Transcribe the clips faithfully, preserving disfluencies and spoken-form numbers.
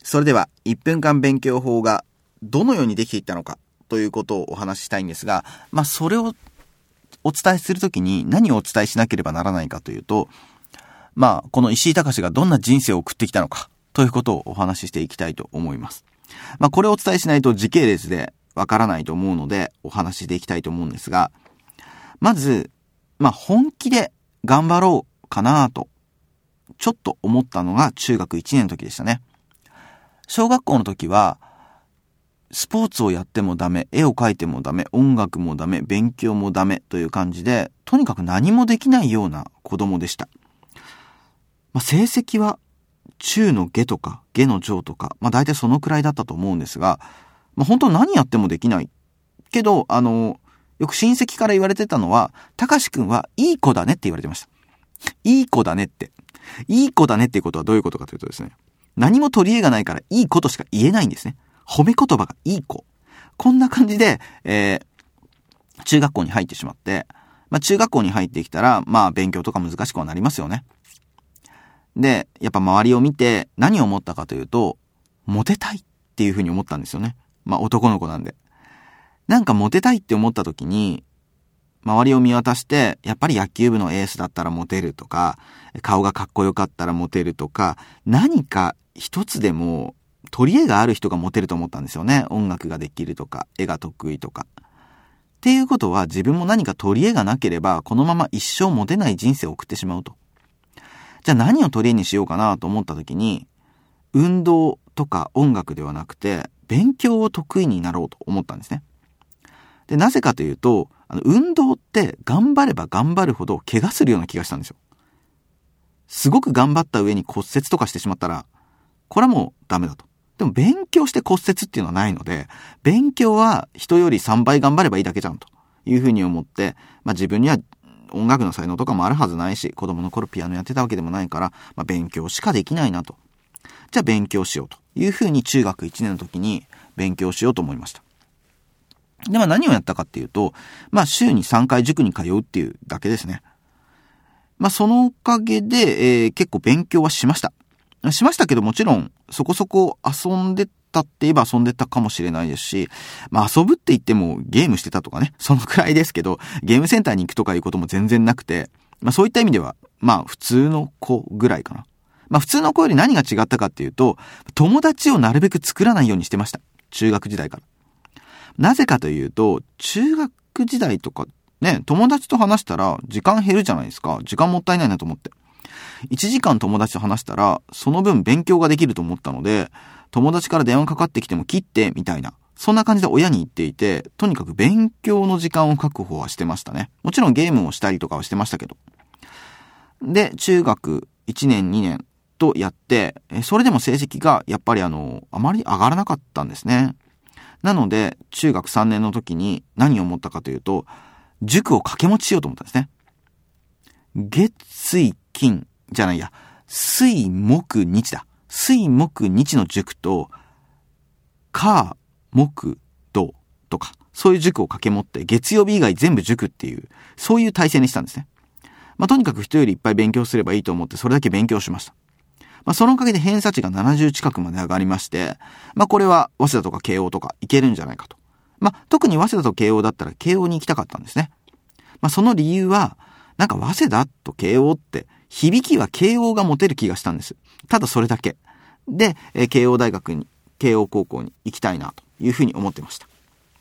それではいっぷんかん勉強法がどのようにできていったのかということをお話ししたいんですが、まあそれをお伝えするときに何をお伝えしなければならないかというと、まあこの石井隆がどんな人生を送ってきたのかということをお話ししていきたいと思います。まあこれをお伝えしないと時系列でわからないと思うのでお話ししていきたいと思うんですが、まずまあ本気で頑張ろうかなとちょっと思ったのが中学いちねんの時でしたね。小学校の時はスポーツをやってもダメ、絵を描いてもダメ、音楽もダメ、勉強もダメという感じで、とにかく何もできないような子供でした。まあ、成績は中の下とか下の上とか、まあ大体そのくらいだったと思うんですが、まあ、本当何やってもできないけど、あのよく親戚から言われてたのは、たかしくんはいい子だねって言われてました。いい子だねって。いい子だねっていうことはどういうことかというとですね、何も取り柄がないからいいことしか言えないんですね。褒め言葉がいい子。こんな感じで、えー、中学校に入ってしまって、まあ中学校に入ってきたら、まあ勉強とか難しくはなりますよね。で、やっぱ周りを見て何を思ったかというと、モテたいっていうふうに思ったんですよね。まあ男の子なんで。なんかモテたいって思った時に、周りを見渡して、やっぱり野球部のエースだったらモテるとか、顔がかっこよかったらモテるとか、何か一つでも取り柄がある人がモテると思ったんですよね。音楽ができるとか、絵が得意とか。っていうことは自分も何か取り柄がなければ、このまま一生モテない人生を送ってしまうと。じゃあ何を取り柄にしようかなと思った時に、運動とか音楽ではなくて、勉強を得意になろうと思ったんですね。で、なぜかというと、あの運動って頑張れば頑張るほど怪我するような気がしたんですよ。すごく頑張った上に骨折とかしてしまったら、これはもうダメだと。でも勉強して骨折っていうのはないので、勉強は人よりさんばい頑張ればいいだけじゃんというふうに思って、まあ自分には音楽の才能とかもあるはずないし、子供の頃ピアノやってたわけでもないから、まあ勉強しかできないなと。じゃあ勉強しようというふうに中学いちねんの時に勉強しようと思いました。で、まあ何をやったかっていうと、まあ週にさんかい塾に通うっていうだけですね。まあそのおかげで、えー、結構勉強はしました。しましたけどもちろんそこそこ遊んでたって言えば遊んでたかもしれないですし、まあ遊ぶって言ってもゲームしてたとかね、そのくらいですけど、ゲームセンターに行くとかいうことも全然なくて、まあそういった意味では、まあ普通の子ぐらいかな。まあ普通の子より何が違ったかっていうと、友達をなるべく作らないようにしてました。中学時代から。なぜかというと、中学時代とかね、友達と話したら時間減るじゃないですか。時間もったいないなと思って。いちじかん友達と話したら、その分勉強ができると思ったので、友達から電話かかってきても切ってみたいな、そんな感じで親に言っていて、とにかく勉強の時間を確保はしてましたね。もちろんゲームをしたりとかはしてましたけど。で、中学いちねんにねんとやって、それでも成績がやっぱりあの、あまり上がらなかったんですね。なので、中学さんねんの時に何を思ったかというと、塾を掛け持ちしようと思ったんですね。月水金じゃないや、水木日だ。水木日の塾と、火木土とか、そういう塾を掛け持って、月曜日以外全部塾っていう、そういう体制にしたんですね。まあ、とにかく人よりいっぱい勉強すればいいと思って、それだけ勉強しました。まあ、そのおかげで偏差値がななじゅう近くまで上がりまして、まあ、これは早稲田とか慶応とかいけるんじゃないかと。まあ、特に早稲田と慶応だったら慶応に行きたかったんですね。まあ、その理由は、なんか早稲田と慶応って、響きは慶応が持てる気がしたんです。ただそれだけ。で、えー、慶応大学に、慶応高校に行きたいなというふうに思ってました。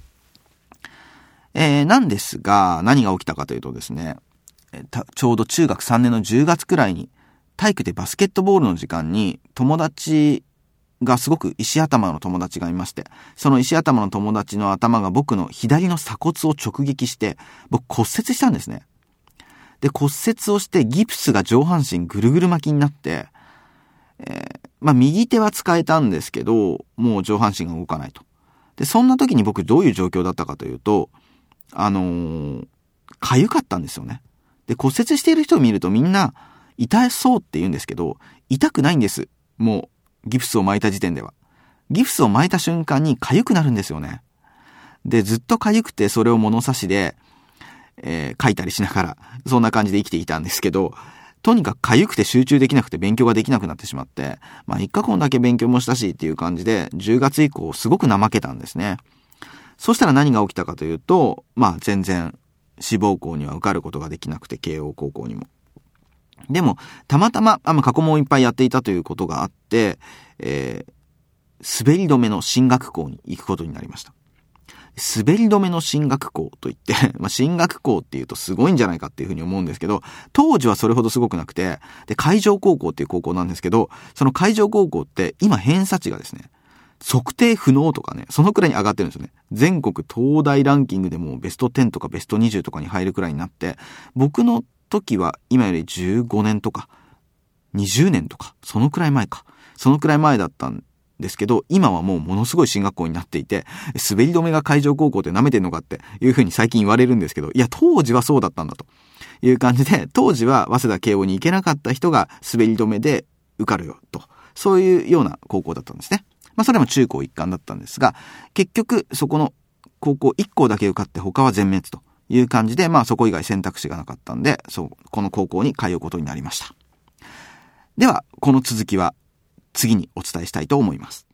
えー、なんですが、何が起きたかというとですね、ちょうど中学さんねんのじゅうがつくらいに、体育でバスケットボールの時間に友達がすごく石頭の友達がいまして、その石頭の友達の頭が僕の左の鎖骨を直撃して、僕骨折したんですね。で、骨折をしてギプスが上半身ぐるぐる巻きになって、えー、まあ右手は使えたんですけど、もう上半身が動かないと。で、そんな時に僕どういう状況だったかというと、あのー、痒かったんですよね。で、骨折している人を見るとみんな痛そうって言うんですけど、痛くないんです。もうギプスを巻いた時点では。ギプスを巻いた瞬間に痒くなるんですよね。で、ずっと痒くてそれを物差しで、えー、書いたりしながら、そんな感じで生きていたんですけど、 とにかく痒くて集中できなくて勉強ができなくなってしまって、まあいっかこんだけ勉強もしたしっていう感じで、じゅうがつ以降すごく怠けたんですね。そしたら何が起きたかというと、まあ全然志望校には受かることができなくて、慶応高校にも。でも、たまたま、あ、まあ過去問いっぱいやっていたということがあって、えー、滑り止めの進学校に行くことになりました。滑り止めの進学校といって、まあ、進学校っていうとすごいんじゃないかっていうふうに思うんですけど、当時はそれほどすごくなくて、で、海上高校っていう高校なんですけど、その海上高校って今偏差値がですね、測定不能とかね、そのくらいに上がってるんですよね。全国東大ランキングでもベストじゅうとかベストにじゅうとかに入るくらいになって、僕の時は今よりじゅうごねんとかにじゅうねんとか、そのくらい前か。そのくらい前だったんですけど、今はもうものすごい進学校になっていて、滑り止めが海上高校って舐めてんのかっていうふうに最近言われるんですけど、いや当時はそうだったんだという感じで、当時は早稲田慶応に行けなかった人が滑り止めで受かるよと、そういうような高校だったんですね。まあそれも中高一貫だったんですが、結局そこの高校いっ校だけ受かって他は全滅という感じで、まあそこ以外選択肢がなかったんで、そうこの高校に通うことになりました。ではこの続きは次にお伝えしたいと思います。